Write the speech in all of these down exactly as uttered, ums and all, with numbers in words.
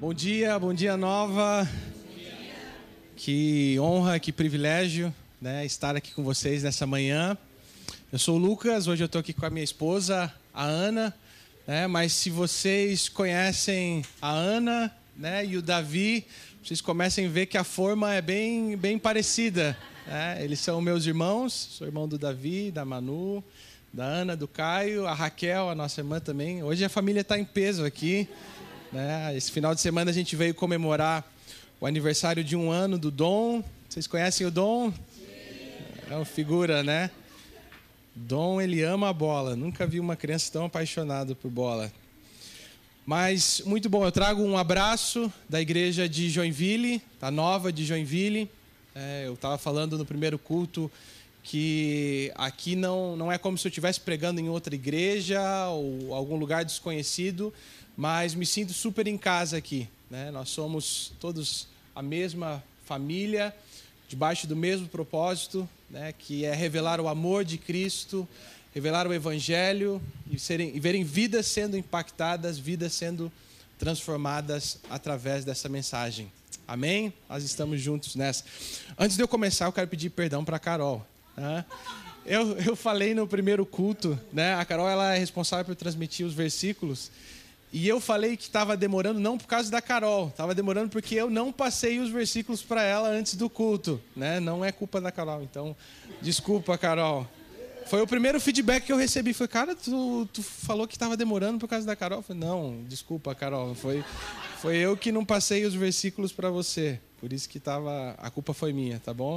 Bom dia, bom dia Nova. Bom dia. Que honra, que privilégio, né, estar aqui com vocês nessa manhã. Eu sou o Lucas, hoje eu estou aqui com a minha esposa, a Ana, né, mas se vocês conhecem a Ana, né, e o Davi, vocês começam a ver que a forma é bem, bem parecida. Né? Eles são meus irmãos, sou irmão do Davi, da Manu, da Ana, do Caio, a Raquel, a nossa irmã também. Hoje a família está em peso aqui. Né? Esse final de semana a gente veio comemorar o aniversário de um ano do Dom. Vocês conhecem o Dom? Sim. É uma figura, né? Dom, ele ama a bola. Nunca vi uma criança tão apaixonada por bola. Mas, muito bom, eu trago um abraço da igreja de Joinville, da Nova de Joinville. É, eu estava falando no primeiro culto que aqui não, não é como se eu estivesse pregando em outra igreja ou algum lugar desconhecido, mas me sinto super em casa aqui. Né? Nós somos todos a mesma família, debaixo do mesmo propósito, né? Que é revelar o amor de Cristo, revelar o Evangelho e, serem, e verem vidas sendo impactadas, vidas sendo transformadas através dessa mensagem. Amém? Nós estamos juntos nessa. Antes de eu começar, eu quero pedir perdão para a Carol. Né? Eu, eu falei no primeiro culto, né? A Carol ela é responsável por transmitir os versículos, e eu falei que estava demorando não por causa da Carol, estava demorando porque eu não passei os versículos para ela antes do culto. Né? Não é culpa da Carol, então desculpa, Carol. Foi o primeiro feedback que eu recebi. Foi, cara, tu, tu falou que estava demorando por causa da Carol? Eu falei, não, desculpa, Carol. Foi, foi eu que não passei os versículos para você. Por isso que tava, a culpa foi minha, tá bom?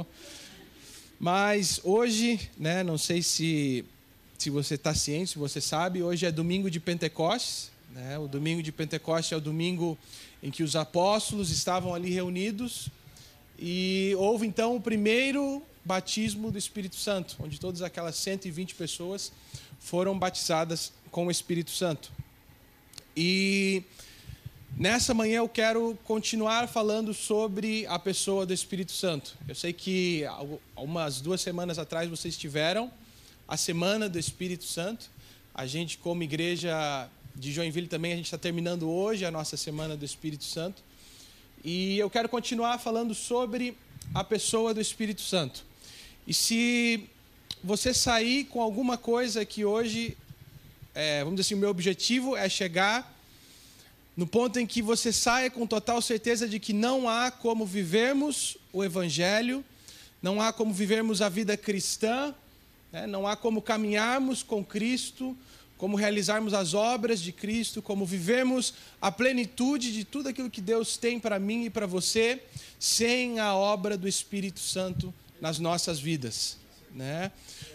Mas hoje, né, não sei se, se você está ciente, se você sabe, hoje é domingo de Pentecostes. Né? O domingo de Pentecostes é o domingo em que os apóstolos estavam ali reunidos. E houve, então, o primeiro batismo do Espírito Santo, onde todas aquelas cento e vinte pessoas foram batizadas com o Espírito Santo. E nessa manhã eu quero continuar falando sobre a pessoa do Espírito Santo. Eu sei que umas duas semanas atrás vocês tiveram a Semana do Espírito Santo. A gente, como igreja de Joinville também, a gente está terminando hoje a nossa Semana do Espírito Santo. E eu quero continuar falando sobre a pessoa do Espírito Santo. E se você sair com alguma coisa que hoje, é, vamos dizer assim, o meu objetivo é chegar no ponto em que você saia com total certeza de que não há como vivermos o Evangelho, não há como vivermos a vida cristã, né? Não há como caminharmos com Cristo, como realizarmos as obras de Cristo, como vivermos a plenitude de tudo aquilo que Deus tem para mim e para você, sem a obra do Espírito Santo nas nossas vidas. Né?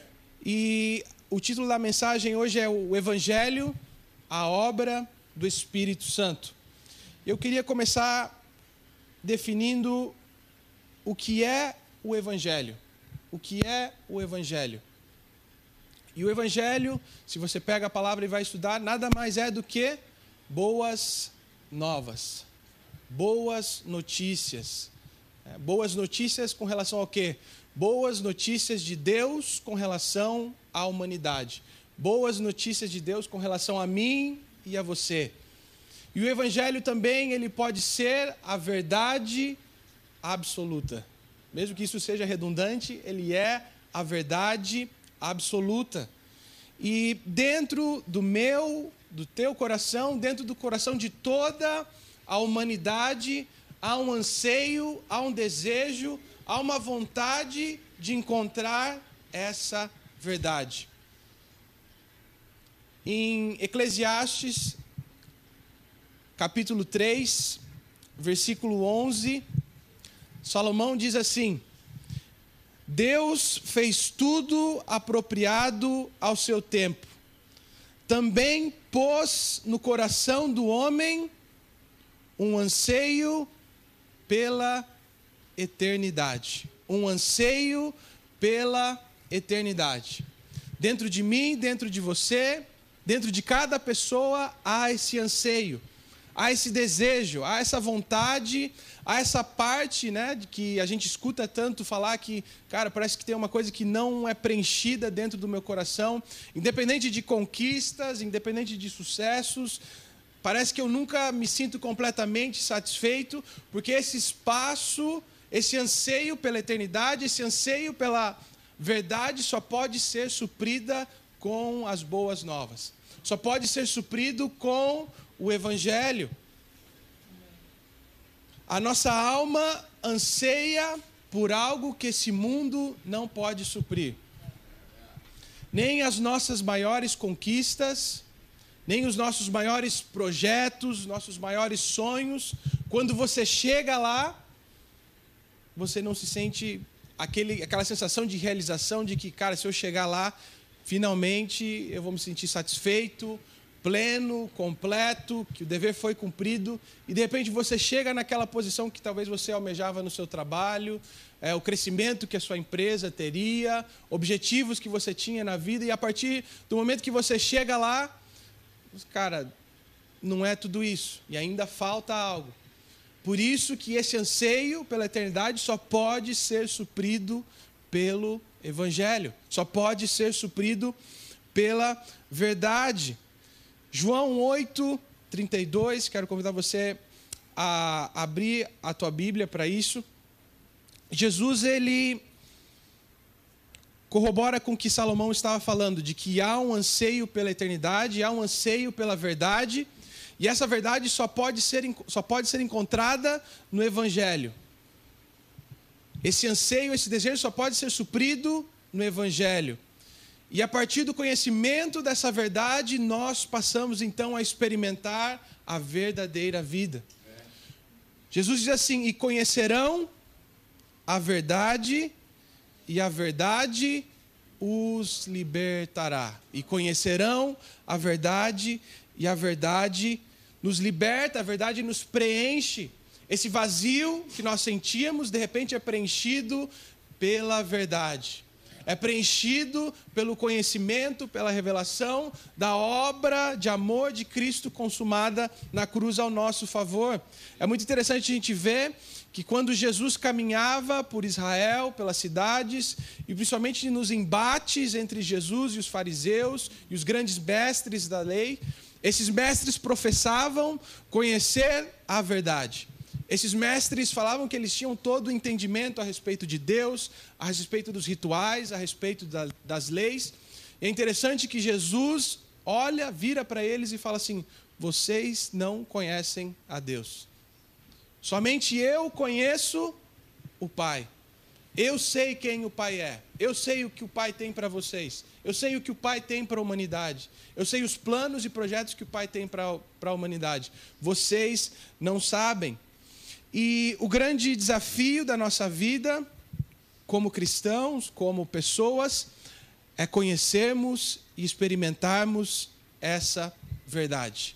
E o título da mensagem hoje é o Evangelho, a obra do Espírito Santo. Eu queria começar definindo o que é o Evangelho. O que é o Evangelho? E o Evangelho, se você pega a palavra e vai estudar, nada mais é do que boas novas, boas notícias. É, boas notícias com relação ao quê? Boas notícias de Deus com relação à humanidade. Boas notícias de Deus com relação a mim e a você. E o Evangelho também, ele pode ser a verdade absoluta. Mesmo que isso seja redundante, ele é a verdade absoluta. E dentro do meu, do teu coração, dentro do coração de toda a humanidade, há um anseio, há um desejo, há uma vontade de encontrar essa verdade. Em Eclesiastes, capítulo três, versículo onze, Salomão diz assim: Deus fez tudo apropriado ao seu tempo. Também pôs no coração do homem um anseio pela eternidade. Um anseio pela eternidade. Dentro de mim, dentro de você, dentro de cada pessoa, há esse anseio, há esse desejo, há essa vontade, há essa parte, né, de que a gente escuta tanto falar que, cara, parece que tem uma coisa que não é preenchida dentro do meu coração, independente de conquistas, independente de sucessos, parece que eu nunca me sinto completamente satisfeito, porque esse espaço, esse anseio pela eternidade, esse anseio pela verdade só pode ser suprida com as boas novas. Só pode ser suprido com o Evangelho. A nossa alma anseia por algo que esse mundo não pode suprir. Nem as nossas maiores conquistas, nem os nossos maiores projetos, nossos maiores sonhos, quando você chega lá, você não se sente aquele, aquela sensação de realização de que, cara, se eu chegar lá, finalmente eu vou me sentir satisfeito, pleno, completo, que o dever foi cumprido, e de repente você chega naquela posição que talvez você almejava no seu trabalho, é, o crescimento que a sua empresa teria, objetivos que você tinha na vida, e a partir do momento que você chega lá, cara, não é tudo isso, e ainda falta algo. Por isso que esse anseio pela eternidade só pode ser suprido pelo Evangelho, só pode ser suprido pela verdade. João oito, trinta e dois, quero convidar você a abrir a tua Bíblia para isso. Jesus, ele corrobora com o que Salomão estava falando, de que há um anseio pela eternidade, há um anseio pela verdade, e essa verdade só pode ser, só pode ser encontrada no Evangelho. Esse anseio, esse desejo só pode ser suprido no Evangelho. E a partir do conhecimento dessa verdade, nós passamos então a experimentar a verdadeira vida. Jesus diz assim: e conhecerão a verdade, e a verdade os libertará. E conhecerão a verdade, e a verdade nos liberta, a verdade nos preenche. Esse vazio que nós sentíamos, de repente é preenchido pela verdade. É preenchido pelo conhecimento, pela revelação da obra de amor de Cristo consumada na cruz ao nosso favor. É muito interessante a gente ver que quando Jesus caminhava por Israel, pelas cidades, e principalmente nos embates entre Jesus e os fariseus e os grandes mestres da lei, esses mestres professavam conhecer a verdade. Esses mestres falavam que eles tinham todo o entendimento a respeito de Deus, a respeito dos rituais, a respeito da, das leis. E é interessante que Jesus olha, vira para eles e fala assim: vocês não conhecem a Deus. Somente eu conheço o Pai. Eu sei quem o Pai é. Eu sei o que o Pai tem para vocês. Eu sei o que o Pai tem para a humanidade. Eu sei os planos e projetos que o Pai tem para a humanidade. Vocês não sabem. E o grande desafio da nossa vida, como cristãos, como pessoas, é conhecermos e experimentarmos essa verdade.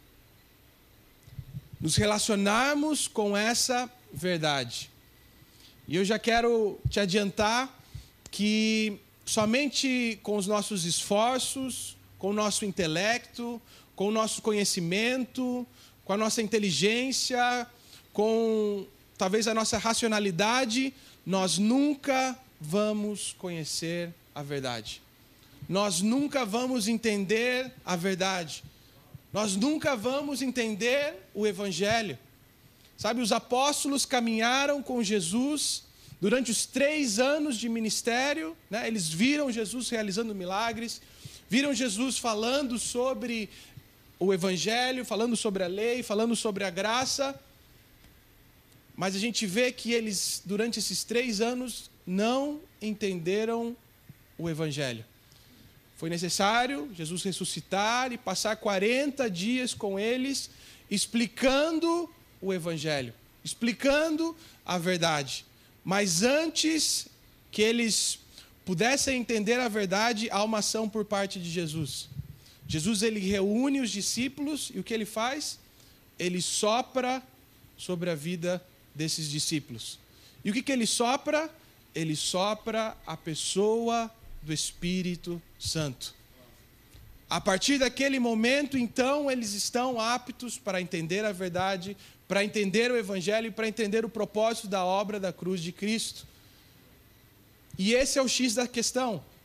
Nos relacionarmos com essa verdade. E eu já quero te adiantar que somente com os nossos esforços, com o nosso intelecto, com o nosso conhecimento, com a nossa inteligência, com talvez a nossa racionalidade, nós nunca vamos conhecer a verdade. Nós nunca vamos entender a verdade. Nós nunca vamos entender o Evangelho. Sabe, os apóstolos caminharam com Jesus durante os três anos de ministério, né? Eles viram Jesus realizando milagres, viram Jesus falando sobre o Evangelho, falando sobre a lei, falando sobre a graça. Mas a gente vê que eles, durante esses três anos, não entenderam o Evangelho. Foi necessário Jesus ressuscitar e passar quarenta dias com eles, explicando o Evangelho, explicando a verdade. Mas antes que eles pudessem entender a verdade, há uma ação por parte de Jesus. Jesus, ele reúne os discípulos e o que ele faz? Ele sopra sobre a vida desses discípulos. E o que, que ele sopra? Ele sopra a pessoa do Espírito Santo. A partir daquele momento, então, eles estão aptos para entender a verdade, para entender o Evangelho e para entender o propósito da obra da cruz de Cristo. E esse é o X da questão.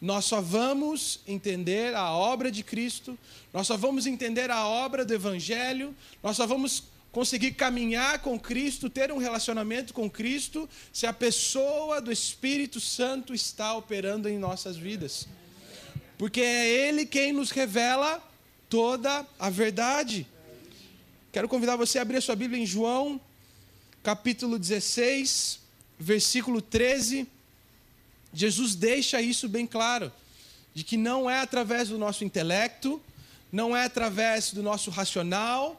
nós só vamos entender a obra de Cristo, nós só vamos entender a obra do Evangelho, nós só vamos conseguir caminhar com Cristo, ter um relacionamento com Cristo, se a pessoa do Espírito Santo está operando em nossas vidas. Porque é Ele quem nos revela toda a verdade. Quero convidar você a abrir a sua Bíblia em João, capítulo dezesseis, versículo treze. Jesus deixa isso bem claro, de que não é através do nosso intelecto, não é através do nosso racional.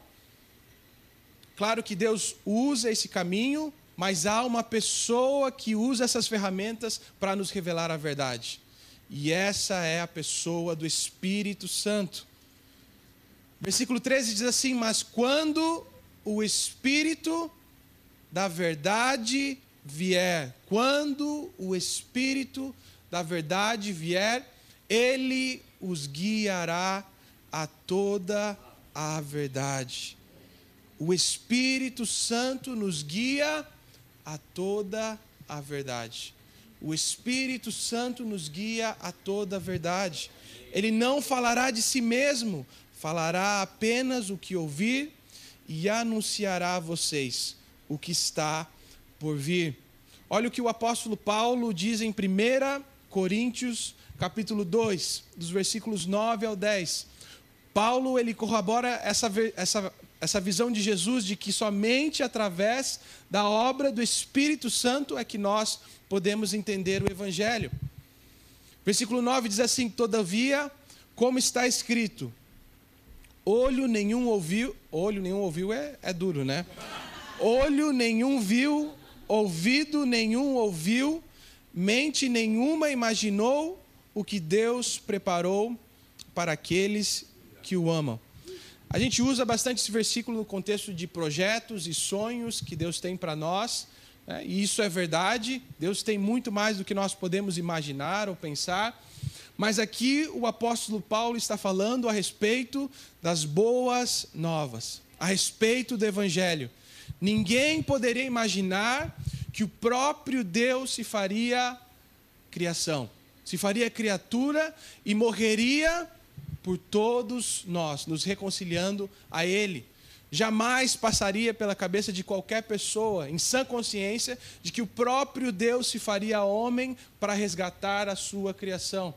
Claro que Deus usa esse caminho, mas há uma pessoa que usa essas ferramentas para nos revelar a verdade. E essa é a pessoa do Espírito Santo. Versículo treze diz assim: mas quando o Espírito da verdade vier, quando o Espírito da verdade vier, Ele os guiará a toda a verdade. O Espírito Santo nos guia a toda a verdade. O Espírito Santo nos guia a toda a verdade. Ele não falará de si mesmo, falará apenas o que ouvir e anunciará a vocês o que está por vir. Olha o que o apóstolo Paulo diz em primeira Coríntios, capítulo dois, dos versículos nove ao dez. Paulo, ele corrobora essa, essa, essa visão de Jesus de que somente através da obra do Espírito Santo é que nós podemos entender o Evangelho. Versículo nove diz assim: todavia, como está escrito, olho nenhum ouviu, olho nenhum ouviu é, é duro, né? Olho nenhum viu, ouvido nenhum ouviu, mente nenhuma imaginou o que Deus preparou para aqueles que o amam. A gente usa bastante esse versículo no contexto de projetos e sonhos que Deus tem para nós, né? E isso é verdade. Deus tem muito mais do que nós podemos imaginar ou pensar. Mas aqui o apóstolo Paulo está falando a respeito das boas novas, a respeito do Evangelho. Ninguém poderia imaginar que o próprio Deus se faria criação, se faria criatura e morreria por todos nós, nos reconciliando a Ele. Jamais passaria pela cabeça de qualquer pessoa, em sã consciência, de que o próprio Deus se faria homem para resgatar a sua criação.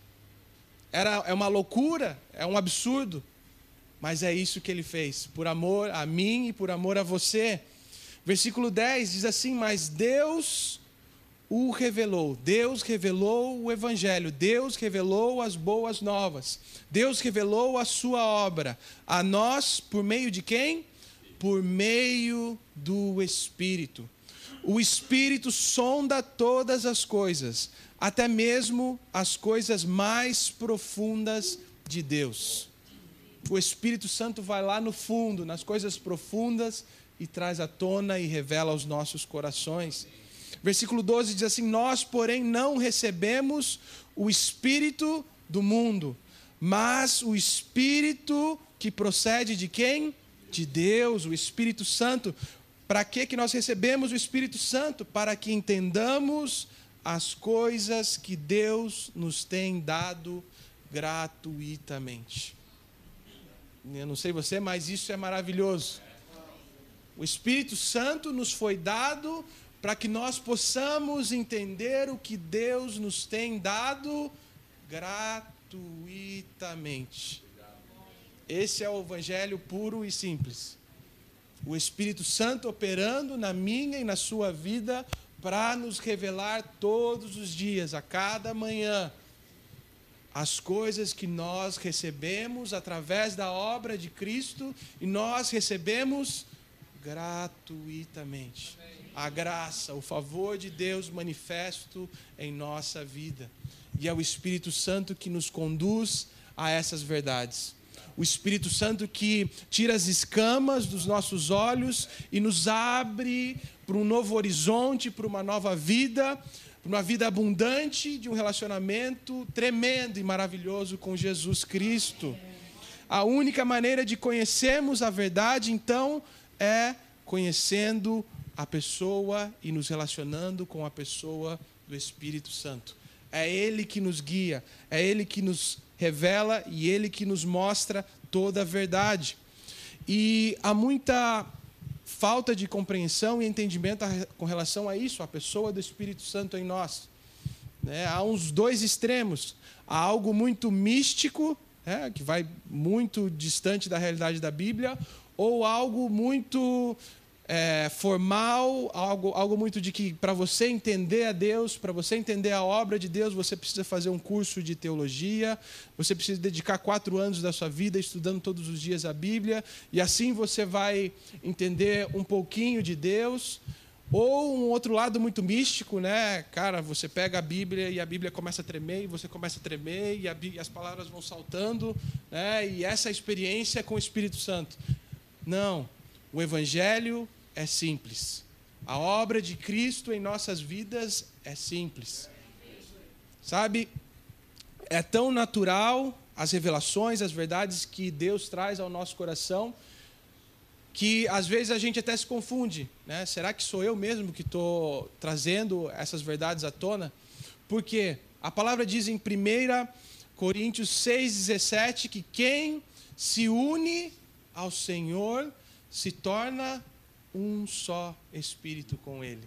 Era, é uma loucura, é um absurdo, mas é isso que Ele fez, por amor a mim e por amor a você. Versículo dez diz assim: mas Deus o revelou, Deus revelou o Evangelho, Deus revelou as boas novas, Deus revelou a sua obra, a nós por meio de quem? Por meio do Espírito. O Espírito sonda todas as coisas, até mesmo as coisas mais profundas de Deus. O Espírito Santo vai lá no fundo, nas coisas profundas, e traz à tona e revela aos nossos corações. Versículo doze diz assim: nós, porém, não recebemos o Espírito do mundo, mas o Espírito que procede de quem? De Deus, o Espírito Santo. Para que que nós recebemos o Espírito Santo? Para que entendamos as coisas que Deus nos tem dado gratuitamente. Eu não sei você, mas isso é maravilhoso. O Espírito Santo nos foi dado para que nós possamos entender o que Deus nos tem dado gratuitamente. Esse é o Evangelho puro e simples. O Espírito Santo operando na minha e na sua vida para nos revelar todos os dias, a cada manhã, as coisas que nós recebemos através da obra de Cristo, e nós recebemos gratuitamente. A graça, o favor de Deus manifesto em nossa vida. E é o Espírito Santo que nos conduz a essas verdades. O Espírito Santo que tira as escamas dos nossos olhos e nos abre para um novo horizonte, para uma nova vida, para uma vida abundante de um relacionamento tremendo e maravilhoso com Jesus Cristo. A única maneira de conhecermos a verdade, então, é conhecendo a pessoa e nos relacionando com a pessoa do Espírito Santo. É Ele que nos guia, é Ele que nos revela e Ele que nos mostra toda a verdade. E há muita falta de compreensão e entendimento com relação a isso, a pessoa do Espírito Santo em nós. Né? Há uns dois extremos. Há algo muito místico, né, que vai muito distante da realidade da Bíblia, ou algo muito é, formal, algo, algo muito de que para você entender a Deus, para você entender a obra de Deus, você precisa fazer um curso de teologia, você precisa dedicar quatro anos da sua vida estudando todos os dias a Bíblia, e assim você vai entender um pouquinho de Deus. Ou um outro lado muito místico, né? Cara, você pega a Bíblia e a Bíblia começa a tremer, e você começa a tremer, e, a Bíblia, e as palavras vão saltando, né? E essa é a experiência com o Espírito Santo. Não, o Evangelho é simples. A obra de Cristo em nossas vidas é simples. Sabe? É tão natural as revelações, as verdades que Deus traz ao nosso coração, que às vezes a gente até se confunde, né? Será que sou eu mesmo que estou trazendo essas verdades à tona? Porque a palavra diz em primeira Coríntios seis, dezessete, que quem se une ao Senhor se torna um só espírito com Ele.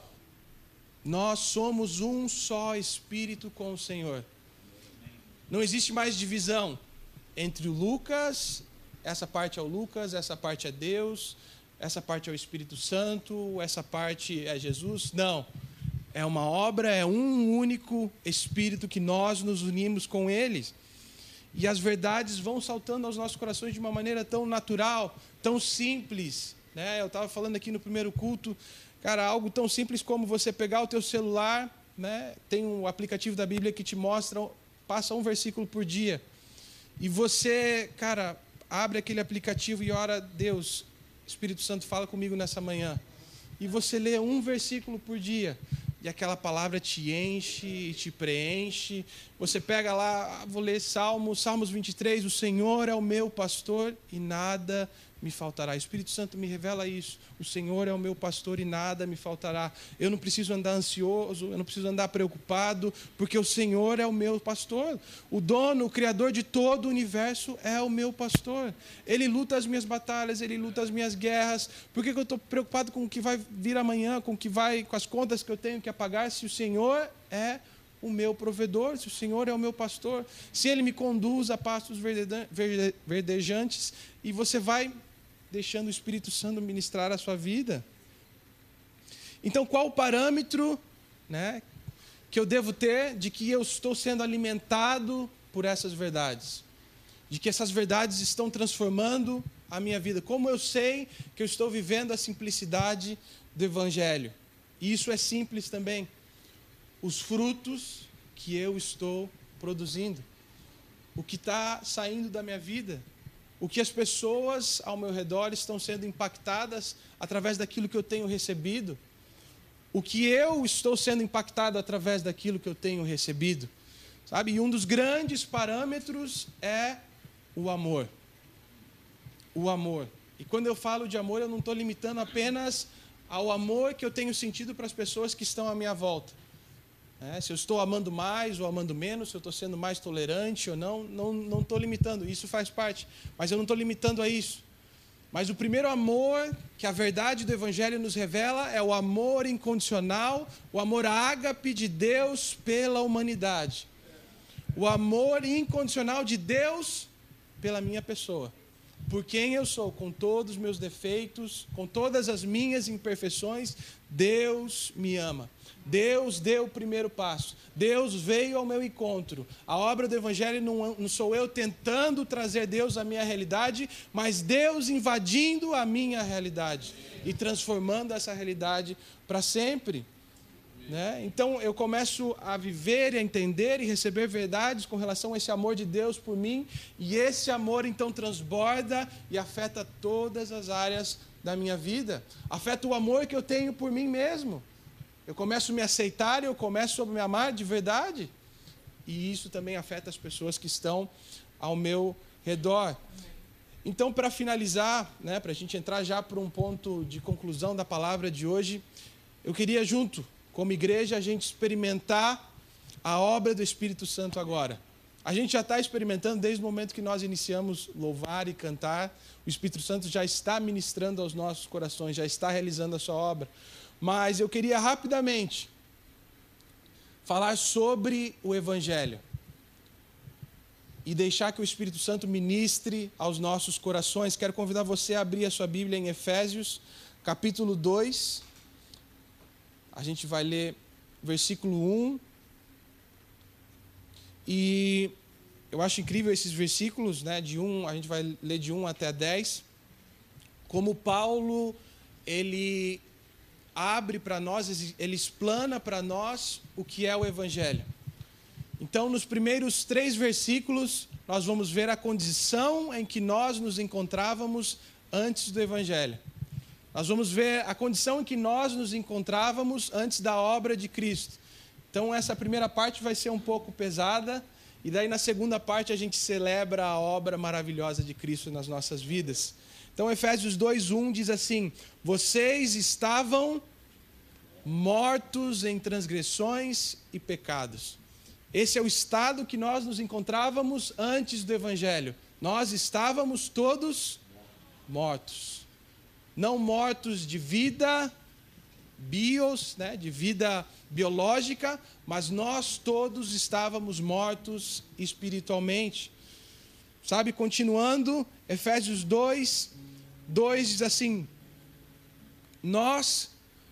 Nós somos um só espírito com o Senhor. Não existe mais divisão entre o Lucas. Essa parte é o Lucas, essa parte é Deus, essa parte é o Espírito Santo, essa parte é Jesus. Não. É uma obra, é um único Espírito que nós nos unimos com eles. E as verdades vão saltando aos nossos corações de uma maneira tão natural, tão simples. Né? Eu estava falando aqui no primeiro culto, cara, algo tão simples como você pegar o teu celular, né? Tem um aplicativo da Bíblia que te mostra, passa um versículo por dia. E você, cara, abre aquele aplicativo e ora, Deus, Espírito Santo, fala comigo nessa manhã. E você lê um versículo por dia. E aquela palavra te enche e te preenche. Você pega lá, vou ler Salmos, Salmos vinte e três, o Senhor é o meu pastor e nada me faltará. O Espírito Santo me revela isso. O Senhor é o meu pastor e nada me faltará. Eu não preciso andar ansioso, eu não preciso andar preocupado, porque o Senhor é o meu pastor. O dono, o criador de todo o universo é o meu pastor. Ele luta as minhas batalhas, ele luta as minhas guerras. Por que eu estou preocupado com o que vai vir amanhã, com o que vai, com as contas que eu tenho que pagar, se o Senhor é o meu provedor, se o Senhor é o meu pastor, se Ele me conduz a pastos verdejantes, e você vai deixando o Espírito Santo ministrar a sua vida. Então, qual o parâmetro, né, que eu devo ter de que eu estou sendo alimentado por essas verdades? De que essas verdades estão transformando a minha vida? Como eu sei que eu estou vivendo a simplicidade do Evangelho? E isso é simples também. Os frutos que eu estou produzindo. O que está saindo da minha vida. O que as pessoas ao meu redor estão sendo impactadas através daquilo que eu tenho recebido. O que eu estou sendo impactado através daquilo que eu tenho recebido. Sabe? E um dos grandes parâmetros é o amor. O amor. E quando eu falo de amor, eu não estou limitando apenas ao amor que eu tenho sentido para as pessoas que estão à minha volta. É, se eu estou amando mais ou amando menos, se eu estou sendo mais tolerante ou não, não, não estou limitando. Isso faz parte, mas eu não estou limitando a isso. Mas o primeiro amor que a verdade do Evangelho nos revela é o amor incondicional, o amor ágape de Deus pela humanidade. O amor incondicional de Deus pela minha pessoa. Por quem eu sou, com todos os meus defeitos, com todas as minhas imperfeições, Deus me ama. Deus deu o primeiro passo. Deus veio ao meu encontro. A obra do Evangelho não, não sou eu tentando trazer Deus à minha realidade, mas Deus invadindo a minha realidade e transformando essa realidade para sempre. Né? Então eu começo a viver, a entender e receber verdades com relação a esse amor de Deus por mim, e esse amor então transborda e afeta todas as áreas da minha vida. Afeta o amor que eu tenho por mim mesmo. Eu começo a me aceitar, eu começo a me amar de verdade. E isso também afeta as pessoas que estão ao meu redor. Então, para finalizar, né, para a gente entrar já para um ponto de conclusão da palavra de hoje, eu queria junto, como igreja, a gente experimentar a obra do Espírito Santo agora. A gente já está experimentando desde o momento que nós iniciamos louvar e cantar. O Espírito Santo já está ministrando aos nossos corações, já está realizando a sua obra. Mas eu queria rapidamente falar sobre o Evangelho e deixar que o Espírito Santo ministre aos nossos corações. Quero convidar você a abrir a sua Bíblia em Efésios, capítulo dois. A gente vai ler versículo um. E eu acho incrível esses versículos, né, de um, a gente vai ler de um até dez, como Paulo, ele abre para nós, ele explana para nós o que é o Evangelho. Então, nos primeiros três versículos, nós vamos ver a condição em que nós nos encontrávamos antes do Evangelho. Nós vamos ver a condição em que nós nos encontrávamos antes da obra de Cristo. Então, essa primeira parte vai ser um pouco pesada, e daí na segunda parte a gente celebra a obra maravilhosa de Cristo nas nossas vidas. Então, Efésios dois, um diz assim: vocês estavam mortos em transgressões e pecados. Esse é o estado que nós nos encontrávamos antes do Evangelho. Nós estávamos todos mortos. Não mortos de vida, bios, né, de vida biológica, mas nós todos estávamos mortos espiritualmente. Sabe, continuando, Efésios dois, dois diz assim: nós,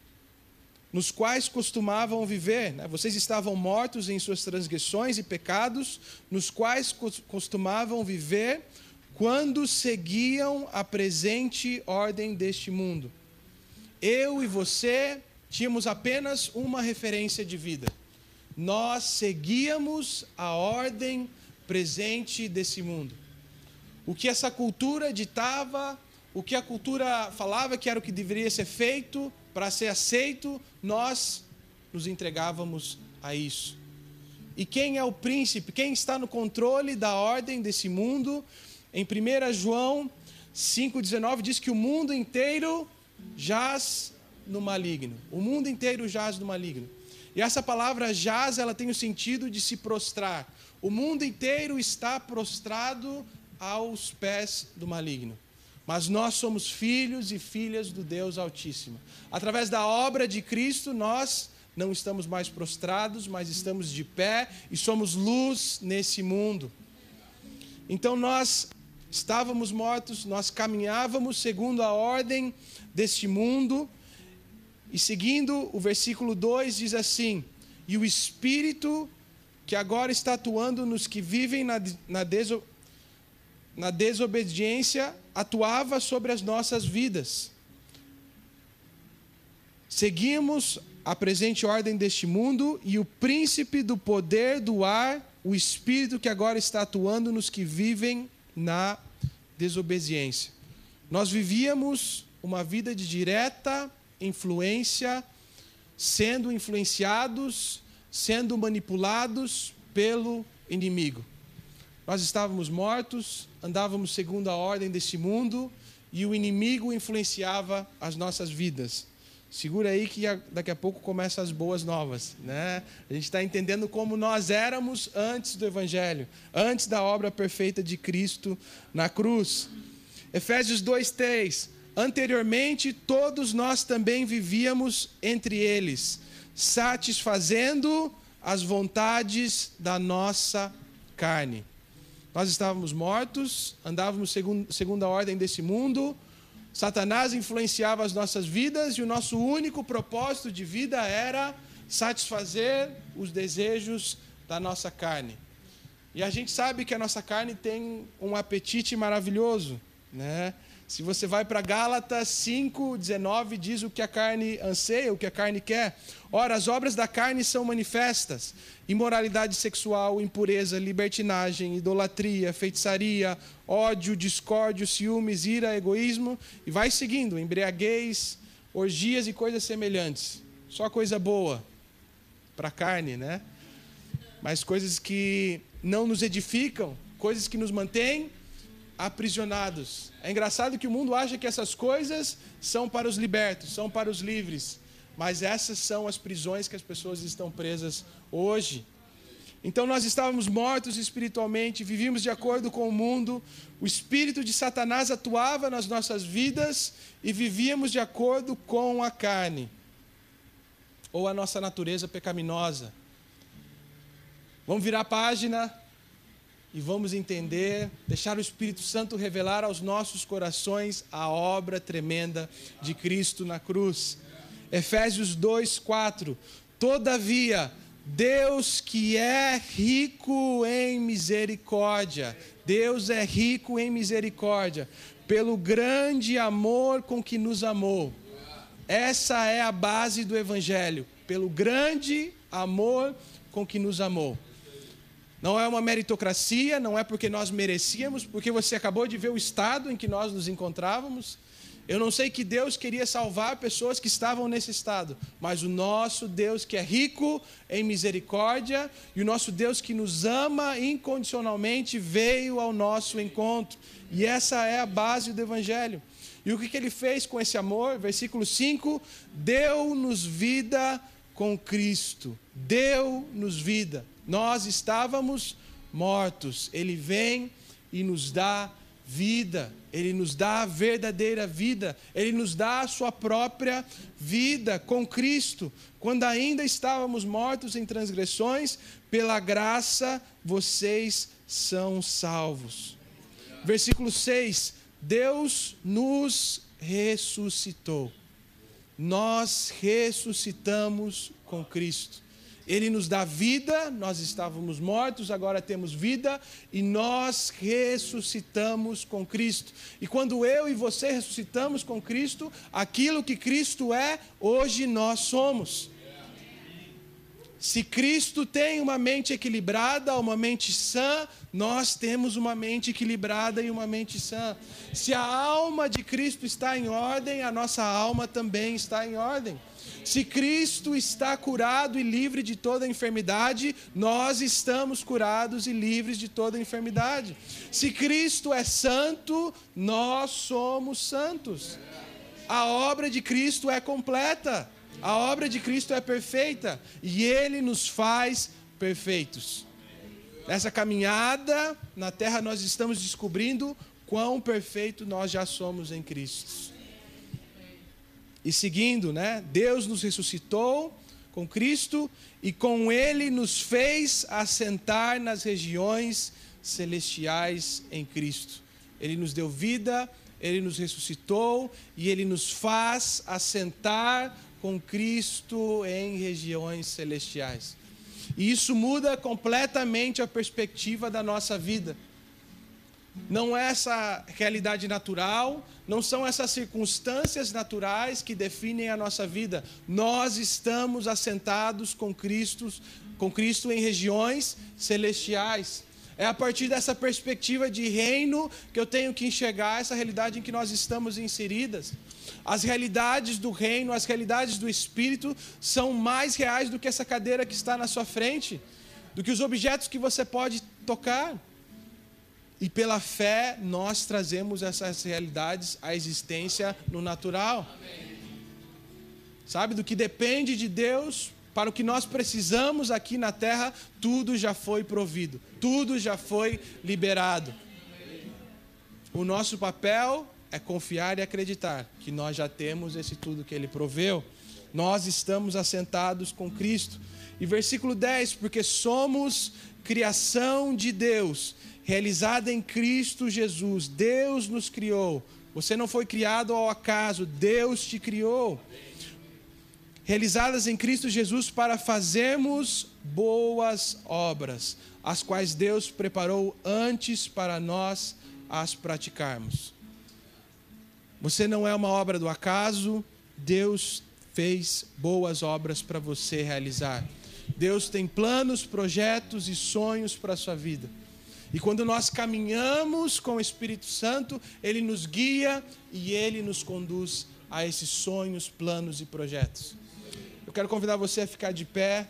nos quais costumavam viver, né, vocês estavam mortos em suas transgressões e pecados, nos quais costumavam viver quando seguiam a presente ordem deste mundo. Eu e você tínhamos apenas uma referência de vida. Nós seguíamos a ordem presente desse mundo. O que essa cultura ditava, o que a cultura falava que era o que deveria ser feito para ser aceito, nós nos entregávamos a isso. E quem é o príncipe? Quem está no controle da ordem desse mundo? Em primeiro João cinco, dezenove diz que o mundo inteiro jaz no maligno. O mundo inteiro jaz no maligno. E essa palavra jaz, ela tem o sentido de se prostrar. O mundo inteiro está prostrado aos pés do maligno. Mas nós somos filhos e filhas do Deus Altíssimo. Através da obra de Cristo, nós não estamos mais prostrados, mas estamos de pé e somos luz nesse mundo. Então nós estávamos mortos, nós caminhávamos segundo a ordem deste mundo. E seguindo, o versículo dois diz assim: e o Espírito que agora está atuando nos que vivem na, na, deso, na desobediência, atuava sobre as nossas vidas. Seguimos a presente ordem deste mundo, e o príncipe do poder do ar, o Espírito que agora está atuando nos que vivem na desobediência. Nós vivíamos uma vida de direta influência, sendo influenciados, sendo manipulados pelo inimigo. Nós estávamos mortos, andávamos segundo a ordem deste mundo, e o inimigo influenciava as nossas vidas. Segura aí que daqui a pouco começam as boas novas, né? A gente está entendendo como nós éramos antes do Evangelho, antes da obra perfeita de Cristo na cruz. Efésios dois, três. Anteriormente, todos nós também vivíamos entre eles, satisfazendo as vontades da nossa carne. Nós estávamos mortos, andávamos segundo, segundo a ordem desse mundo, Satanás influenciava as nossas vidas e o nosso único propósito de vida era satisfazer os desejos da nossa carne. E a gente sabe que a nossa carne tem um apetite maravilhoso, né? Se você vai para Gálatas cinco, dezenove, diz o que a carne anseia, o que a carne quer. Ora, as obras da carne são manifestas: imoralidade sexual, impureza, libertinagem, idolatria, feitiçaria, ódio, discórdia, ciúmes, ira, egoísmo. E vai seguindo, embriaguez, orgias e coisas semelhantes. Só coisa boa para a carne, né? Mas coisas que não nos edificam, coisas que nos mantêm aprisionados. É engraçado que o mundo acha que essas coisas são para os libertos, são para os livres, mas essas são as prisões que as pessoas estão presas hoje. Então nós estávamos mortos espiritualmente, vivíamos de acordo com o mundo, o espírito de Satanás atuava nas nossas vidas e vivíamos de acordo com a carne, ou a nossa natureza pecaminosa. Vamos virar a página e vamos entender, deixar o Espírito Santo revelar aos nossos corações a obra tremenda de Cristo na cruz. Efésios dois, quatro. Todavia, Deus que é rico em misericórdia, Deus é rico em misericórdia, pelo grande amor com que nos amou. Essa é a base do Evangelho, pelo grande amor com que nos amou. Não é uma meritocracia, não é porque nós merecíamos, porque você acabou de ver o estado em que nós nos encontrávamos. Eu não sei que Deus queria salvar pessoas que estavam nesse estado, mas o nosso Deus que é rico em misericórdia e o nosso Deus que nos ama incondicionalmente veio ao nosso encontro. E essa é a base do Evangelho. E o que ele fez com esse amor? Versículo cinco, deu-nos vida com Cristo. Deu-nos vida. Nós estávamos mortos. Ele vem e nos dá vida. Ele nos dá a verdadeira vida. Ele nos dá a sua própria vida com Cristo. Quando ainda estávamos mortos em transgressões, pela graça vocês são salvos. Versículo seis. Deus nos ressuscitou. Nós ressuscitamos com Cristo. Ele nos dá vida, nós estávamos mortos, agora temos vida, e nós ressuscitamos com Cristo. E quando eu e você ressuscitamos com Cristo, aquilo que Cristo é, hoje nós somos. Se Cristo tem uma mente equilibrada, uma mente sã, nós temos uma mente equilibrada e uma mente sã. Se a alma de Cristo está em ordem, a nossa alma também está em ordem. Se Cristo está curado e livre de toda enfermidade, nós estamos curados e livres de toda enfermidade. Se Cristo é santo, nós somos santos. A obra de Cristo é completa. A obra de Cristo é perfeita. E Ele nos faz perfeitos. Nessa caminhada na terra nós estamos descobrindo quão perfeito nós já somos em Cristo. E seguindo, né? Deus nos ressuscitou com Cristo e com Ele nos fez assentar nas regiões celestiais em Cristo. Ele nos deu vida, Ele nos ressuscitou e Ele nos faz assentar com Cristo em regiões celestiais. E isso muda completamente a perspectiva da nossa vida. Não é essa realidade natural, não são essas circunstâncias naturais que definem a nossa vida. Nós estamos assentados com Cristo, com Cristo em regiões celestiais. É a partir dessa perspectiva de reino que eu tenho que enxergar essa realidade em que nós estamos inseridas. As realidades do reino, as realidades do Espírito são mais reais do que essa cadeira que está na sua frente, do que os objetos que você pode tocar. E pela fé nós trazemos essas realidades à existência no natural. Sabe, do que depende de Deus, para o que nós precisamos aqui na terra, tudo já foi provido, tudo já foi liberado. O nosso papel é confiar e acreditar que nós já temos esse tudo que Ele proveu. Nós estamos assentados com Cristo. E versículo dez, porque somos criação de Deus, realizada em Cristo Jesus. Deus nos criou. Você não foi criado ao acaso, Deus te criou. Realizadas em Cristo Jesus para fazermos boas obras, as quais Deus preparou antes para nós as praticarmos. Você não é uma obra do acaso, Deus fez boas obras para você realizar. Deus tem planos, projetos e sonhos para a sua vida. E quando nós caminhamos com o Espírito Santo, Ele nos guia e Ele nos conduz a esses sonhos, planos e projetos. Eu quero convidar você a ficar de pé.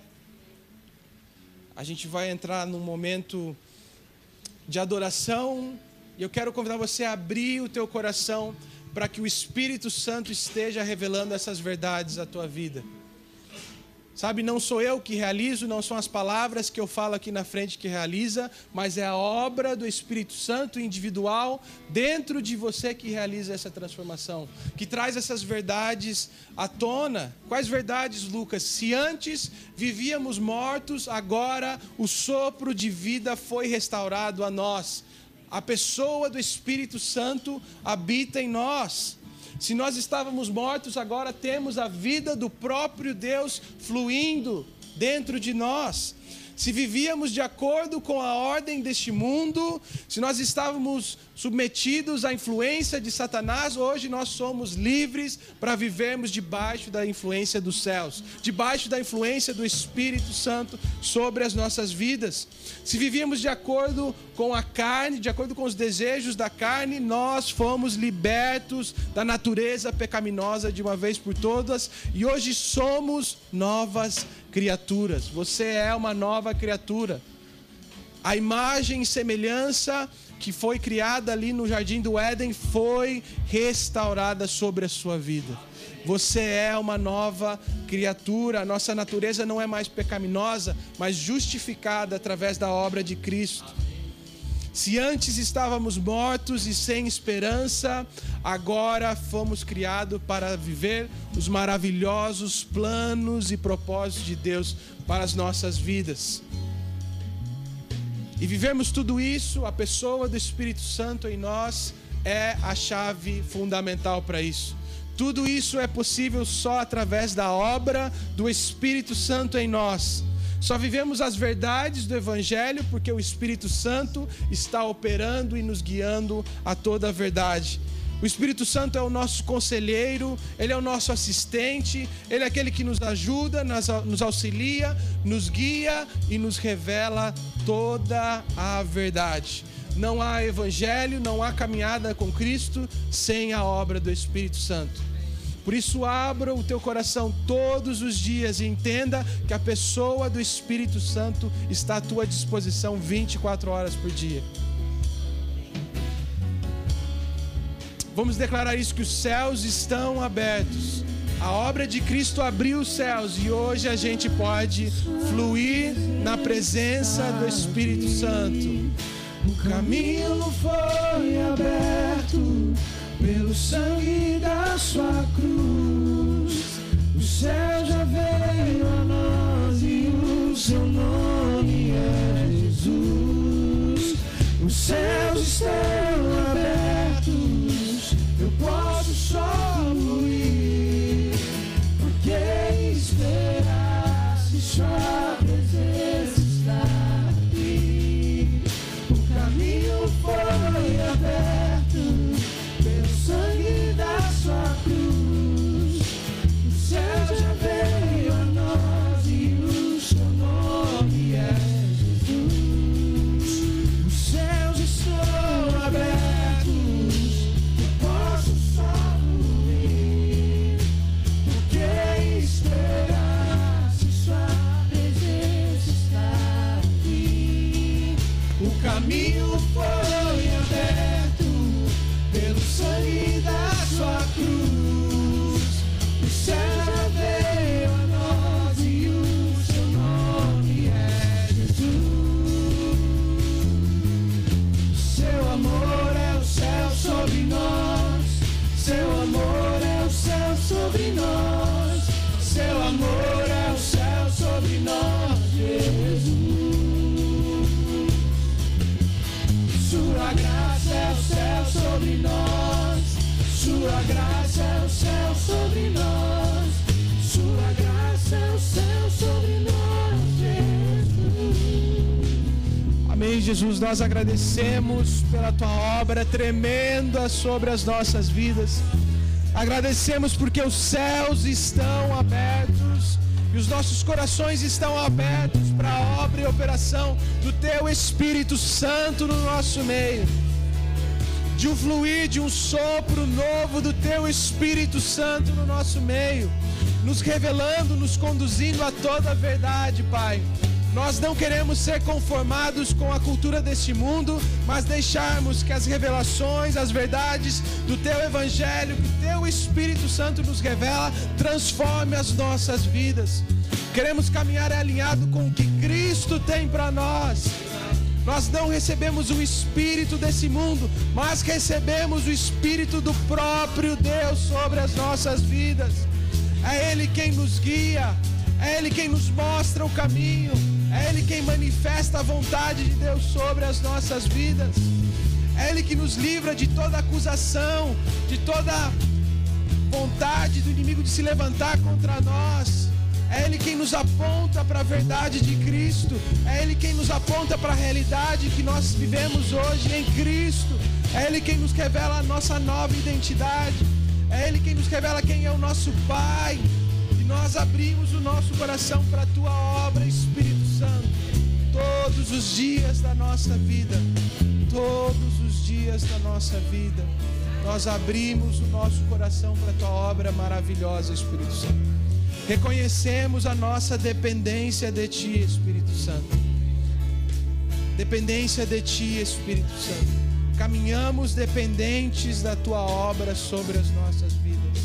A gente vai entrar num momento de adoração. E eu quero convidar você a abrir o teu coração para que o Espírito Santo esteja revelando essas verdades à tua vida. Sabe, não sou eu que realizo, não são as palavras que eu falo aqui na frente que realiza, mas é a obra do Espírito Santo individual dentro de você que realiza essa transformação, que traz essas verdades à tona. Quais verdades, Lucas? Se antes vivíamos mortos, agora o sopro de vida foi restaurado a nós. A pessoa do Espírito Santo habita em nós. Se nós estávamos mortos, agora temos a vida do próprio Deus fluindo dentro de nós. Se vivíamos de acordo com a ordem deste mundo, se nós estávamos submetidos à influência de Satanás, hoje nós somos livres para vivermos debaixo da influência dos céus, debaixo da influência do Espírito Santo sobre as nossas vidas. Se vivíamos de acordo com a carne, de acordo com os desejos da carne, nós fomos libertos da natureza pecaminosa de uma vez por todas e hoje somos novas criaturas. Você é uma nova criatura. A imagem e semelhança que foi criada ali no Jardim do Éden foi restaurada sobre a sua vida. Você é uma nova criatura. A nossa natureza não é mais pecaminosa, mas justificada através da obra de Cristo. Se antes estávamos mortos e sem esperança, agora fomos criados para viver os maravilhosos planos e propósitos de Deus para as nossas vidas. E vivemos tudo isso, a pessoa do Espírito Santo em nós é a chave fundamental para isso. Tudo isso é possível só através da obra do Espírito Santo em nós. Só vivemos as verdades do Evangelho porque o Espírito Santo está operando e nos guiando a toda a verdade. O Espírito Santo é o nosso conselheiro, Ele é o nosso assistente, Ele é aquele que nos ajuda, nos auxilia, nos guia e nos revela toda a verdade. Não há Evangelho, não há caminhada com Cristo sem a obra do Espírito Santo. Por isso, abra o teu coração todos os dias e entenda que a pessoa do Espírito Santo está à tua disposição vinte e quatro horas por dia. Vamos declarar isso, que os céus estão abertos. A obra de Cristo abriu os céus e hoje a gente pode fluir na presença do Espírito Santo. O caminho foi aberto pelo sangue da sua cruz. O céu já veio a nós e o seu nome é Jesus. Os céus estão abertos, eu posso só fluir. Por que esperar se sua presença está aqui? O caminho foi aberto pelo sangue da sua cruz. O céu já veio a nós e o seu nome é Jesus. Os céus estão abertos, eu posso só fluir. Por que esperar se sua presença está aqui? O caminho foi aberto pelo sangue da sua cruz. O céu já veio a nós e o seu nome é Jesus. Seu amor é o céu sobre nós. Seu amor é o céu sobre nós. Seu amor é o céu sobre nós, Jesus. Sua graça é o céu sobre nós. Sua graça é o céu sobre nós. Sua graça é o céu sobre nós, Jesus. Amém, Jesus, nós agradecemos pela Tua obra tremenda sobre as nossas vidas. Agradecemos porque os céus estão abertos e os nossos corações estão abertos para a obra e operação do Teu Espírito Santo no nosso meio. De um fluir, de um sopro novo do Teu Espírito Santo no nosso meio, nos revelando, nos conduzindo a toda a verdade, Pai. Nós não queremos ser conformados com a cultura deste mundo, mas deixarmos que as revelações, as verdades do Teu Evangelho, que o Teu Espírito Santo nos revela, transforme as nossas vidas. Queremos caminhar alinhado com o que Cristo tem para nós. Nós não recebemos o espírito desse mundo, mas recebemos o espírito do próprio Deus sobre as nossas vidas. É Ele quem nos guia, é Ele quem nos mostra o caminho, é Ele quem manifesta a vontade de Deus sobre as nossas vidas. É Ele que nos livra de toda acusação, de toda vontade do inimigo de se levantar contra nós. É Ele quem nos aponta para a verdade de Cristo. É Ele quem nos aponta para a realidade que nós vivemos hoje em Cristo. É Ele quem nos revela a nossa nova identidade. É Ele quem nos revela quem é o nosso Pai. E nós abrimos o nosso coração para a Tua obra, Espírito Santo, todos os dias da nossa vida. Todos os dias da nossa vida, nós abrimos o nosso coração para a Tua obra maravilhosa, Espírito Santo. Reconhecemos a nossa dependência de Ti, Espírito Santo. Dependência de Ti, Espírito Santo. Caminhamos dependentes da Tua obra sobre as nossas vidas.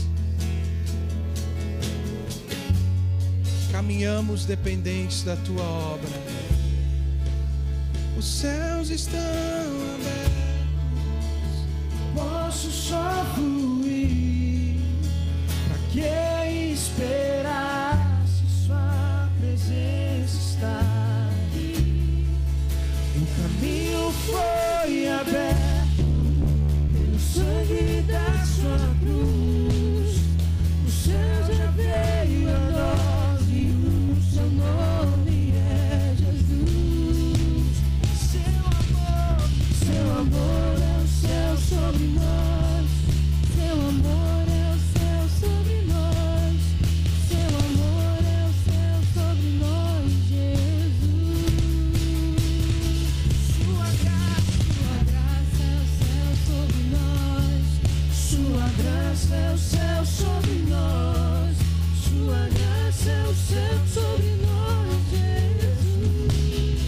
Caminhamos dependentes da Tua obra. Os céus estão abertos, posso só fluir. Pra que esperar se Sua presença está aqui? O caminho foi aberto pelo sangue da Sua cruz. O céu já veio a nós e o Seu nome é Jesus. Seu amor, Seu amor é o céu sobre nós. Seu amor é o céu sobre nós. Seu amor é o céu sobre nós, Jesus. Sua graça, Sua graça é o céu sobre nós. Sua graça é o céu sobre nós. Sua graça é o céu sobre nós, Jesus.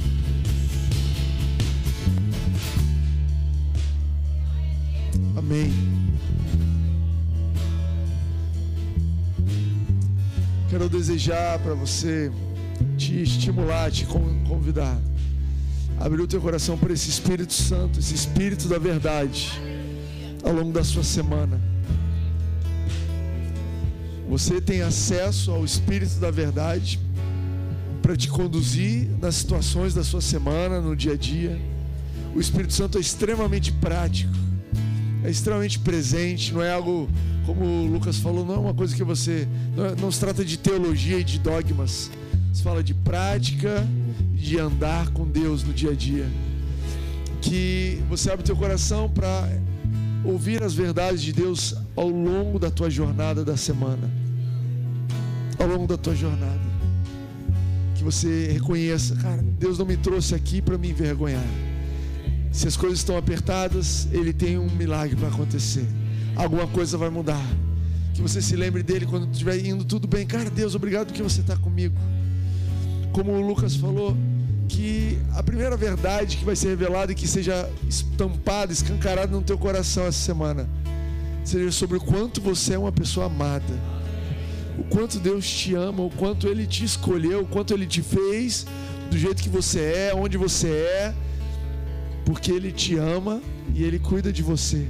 Amém. Quero desejar para você, te estimular, te convidar, abrir o teu coração para esse Espírito Santo, esse Espírito da verdade, ao longo da sua semana. Você tem acesso ao Espírito da verdade para te conduzir nas situações da sua semana, no dia a dia. O Espírito Santo é extremamente prático, é extremamente presente, não é algo, como o Lucas falou, não é uma coisa que você, não, é, não se trata de teologia e de dogmas, se fala de prática, de andar com Deus no dia a dia. Que você abre o teu coração para ouvir as verdades de Deus ao longo da tua jornada da semana, ao longo da tua jornada, que você reconheça, cara, Deus não me trouxe aqui para me envergonhar. Se as coisas estão apertadas, Ele tem um milagre para acontecer, alguma coisa vai mudar. Que você se lembre dele quando estiver indo tudo bem. Cara, Deus, obrigado porque você está comigo. Como o Lucas falou, que a primeira verdade que vai ser revelada e que seja estampada, escancarada no teu coração essa semana, seja sobre o quanto você é uma pessoa amada, o quanto Deus te ama, o quanto Ele te escolheu, o quanto Ele te fez do jeito que você é, onde você é, porque Ele te ama e Ele cuida de você.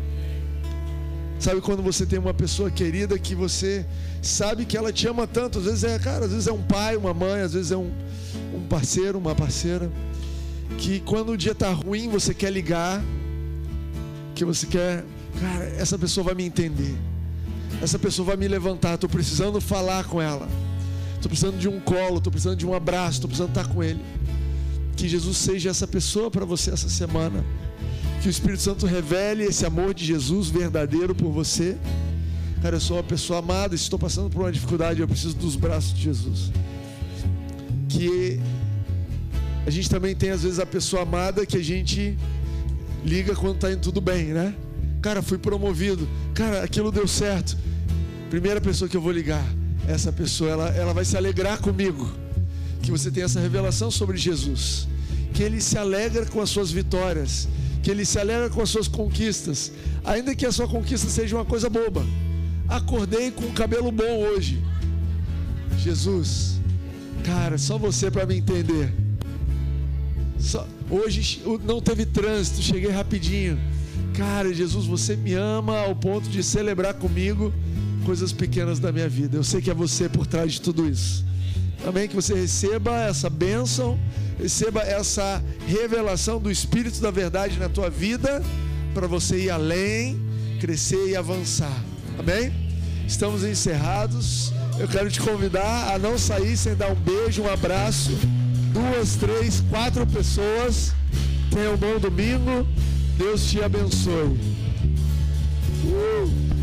Sabe quando você tem uma pessoa querida que você sabe que ela te ama tanto? Às vezes é, cara, às vezes é um pai, uma mãe, às vezes é um, um parceiro, uma parceira, que quando o dia tá ruim você quer ligar, que você quer, cara, essa pessoa vai me entender, essa pessoa vai me levantar, estou precisando falar com ela, estou precisando de um colo, estou precisando de um abraço, estou precisando estar com ele. Que Jesus seja essa pessoa para você essa semana. Que o Espírito Santo revele esse amor de Jesus verdadeiro por você. Cara, eu sou uma pessoa amada, estou passando por uma dificuldade, eu preciso dos braços de Jesus. Que a gente também tem às vezes a pessoa amada que a gente liga quando está indo tudo bem, né? Cara, fui promovido, cara, aquilo deu certo. Primeira pessoa que eu vou ligar, essa pessoa, ela, ela vai se alegrar comigo. Que você tenha essa revelação sobre Jesus, que Ele se alegra com as suas vitórias, que Ele se alegra com as suas conquistas, ainda que a sua conquista seja uma coisa boba. Acordei com o cabelo bom hoje. Jesus, cara, só você para me entender. Só, hoje não teve trânsito, cheguei rapidinho. Cara, Jesus, você me ama ao ponto de celebrar comigo coisas pequenas da minha vida. Eu sei que é você por trás de tudo isso. Amém? Que você receba essa bênção, receba essa revelação do Espírito da verdade na tua vida, para você ir além, crescer e avançar. Amém? Estamos encerrados. Eu quero te convidar a não sair sem dar um beijo, um abraço. Duas, três, quatro pessoas. Tenha um bom domingo. Deus te abençoe. Uh!